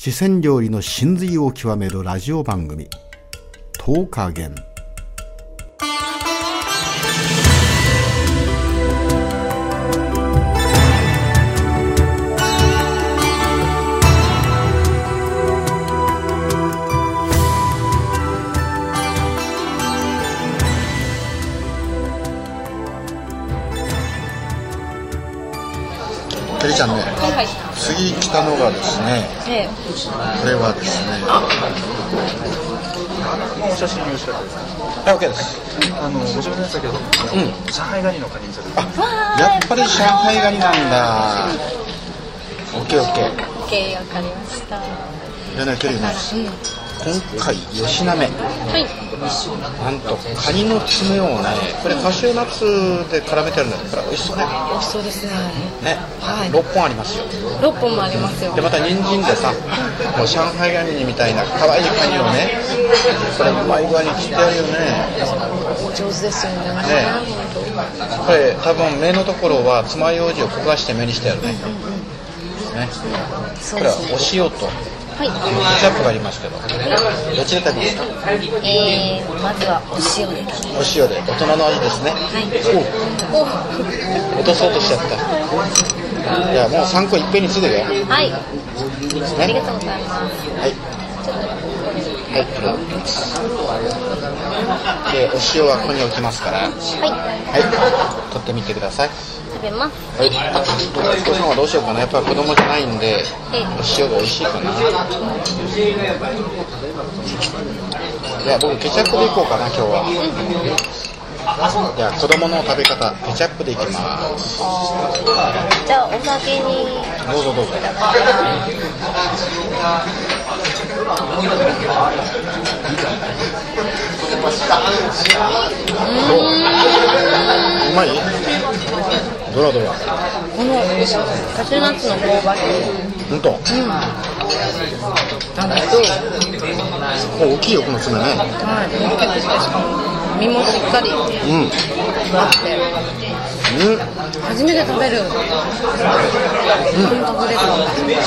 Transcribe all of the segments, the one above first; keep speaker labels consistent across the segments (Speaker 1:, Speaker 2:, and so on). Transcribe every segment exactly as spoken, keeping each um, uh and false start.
Speaker 1: 四川料理の真髄を極めるラジオ番組十日元。
Speaker 2: てりちゃんね、
Speaker 3: はいはい、
Speaker 2: 次来たのがですね、
Speaker 3: ええ、
Speaker 2: これはですね、
Speaker 4: 写真よろしかったですか？
Speaker 2: はい、OK です。
Speaker 4: あの、ご紹介したけど、うん、上海ガニのカニにされてる。
Speaker 2: あ、やっぱり上海ガニなんだ。OK、OK。
Speaker 3: OK、わかりました。
Speaker 2: でね、テリーね、今回、よしなめ。
Speaker 3: はい。
Speaker 2: なんと、カニの爪をね、これカシューナッツで絡めてあるんだから、美味しそうね。
Speaker 3: 美味しそうですね。
Speaker 2: ね、
Speaker 3: はい。
Speaker 2: ろっぽんありますよ。
Speaker 3: ろっぽんもありますよ。
Speaker 2: で、また人参でさ、もう上海ガニみたいな可愛いカニをね、これうまい具合に切ってあるよね。
Speaker 3: 上手ですよね。
Speaker 2: ね、これ多分目のところは爪楊枝を焦がして目にしてあるね。ね、これはお塩とケチャップがありますけど、どっちで食べますか？
Speaker 3: えー、まずはお塩で。
Speaker 2: お塩で、大人の味ですね。
Speaker 3: はい。
Speaker 2: おお、落とそうとしちゃった。いや、もうさんこいっぺんにするよ。
Speaker 3: はい。
Speaker 2: ね、
Speaker 3: ありがとうございます。
Speaker 2: はい。はい、これで、お塩はここに置きますから。はい。はい、取ってみてください。
Speaker 3: 食べます。
Speaker 2: はい。あ、お父さんはどうしようかな。やっぱり子供じゃないんで、お塩が美味しいかな。いや、僕ケチャップでいこうかな、今日は。じゃあ子供の食べ方、ケチャップでいきます。
Speaker 3: じゃあお酒に
Speaker 2: どうぞどうぞ。うまい？どらどら。
Speaker 3: このカシューナッツの香ばしい。
Speaker 2: ほんと？うん。
Speaker 3: なんか
Speaker 2: 大きいよこの爪ね。
Speaker 3: はい。大きくてしかも身もしっかりあって、うん、初めて食べる。うん。本当ですか。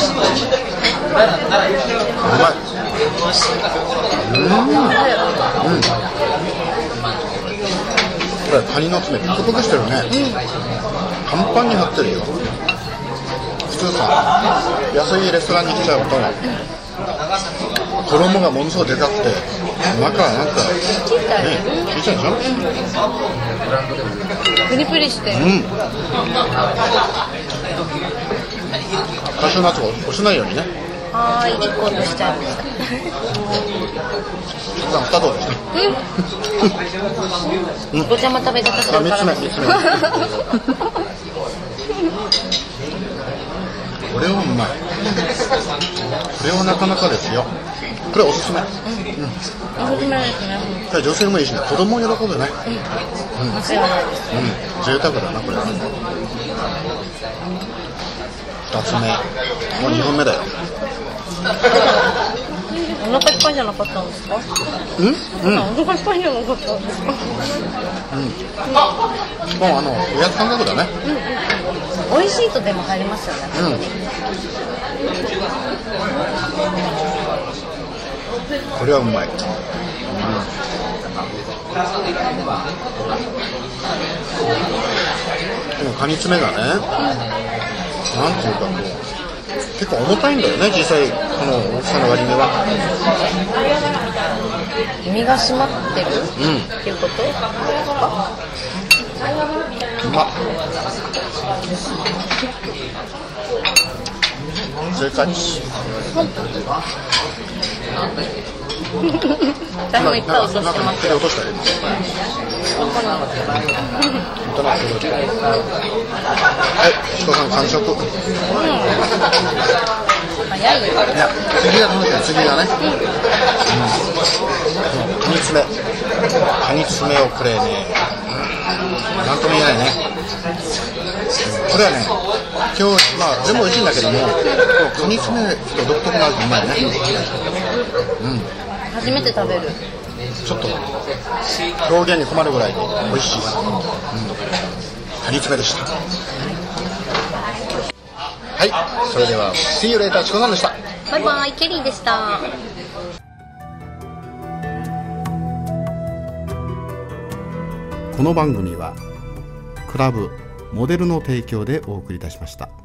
Speaker 2: うまい。うん。うん。これカニの爪ぷくぷくしてるね。うん。パンパンに張ってるよ。普通さ、安いレストランに来ちゃうと、衣がものすごいでかくて、中はなんか
Speaker 3: 小さい、
Speaker 2: ね、小さいでしょ、
Speaker 3: うん、プリプリして、うん、
Speaker 2: カシューナッツが落ちないようにね。
Speaker 3: はーい、いっこ落としちゃいました。
Speaker 2: ふたつどうでした？うん、
Speaker 3: ごちゃま食べたかったから。
Speaker 2: みっつめ、みっつめ。これはうまい。これはなかなかですよ。これおすすめ。うん。うん、
Speaker 3: おすすめですね。
Speaker 2: これ女性もいいしね、子供喜ぶね。
Speaker 3: うん。間違いないです。
Speaker 2: うん。贅沢だなこれは。二つ目。もう二本目だよ。
Speaker 3: お腹いっぱいじゃなかったんですか？
Speaker 2: うん？うん。
Speaker 3: お腹いっぱいじゃなかったんですか？
Speaker 2: うん。もうあのおやつ感覚だね。
Speaker 3: うんうん。美味しいとでも入りますよね。
Speaker 2: うん。これはうまい。うん。このカニ爪がね、なんていうかこう。結構重たいんだよね、実際この大きさの割には。
Speaker 3: 身が締まってる、
Speaker 2: うん、
Speaker 3: っていうことですか？
Speaker 2: うまっ。正解。
Speaker 3: だいぶいっぱい落としてます。
Speaker 2: 落としたよ。はい、チコさん完食。うん、
Speaker 3: 早いよ。
Speaker 2: いや、次が楽しみ、次がね。うん。カニ爪。カニ爪をこれね、なんとも言えないね。これはね、今日、まあ全部美味しいんだけども、カニ爪と独特な味うまいね。うん。
Speaker 3: 初めて食べる。
Speaker 2: ちょっと表現に困るぐらいで美味しい。うん。カニ爪でした。はい、それでは See you later チコさんでした。
Speaker 3: はバイバイ、ケリーでした。
Speaker 1: この番組はクラブモデルの提供でお送りいたしました。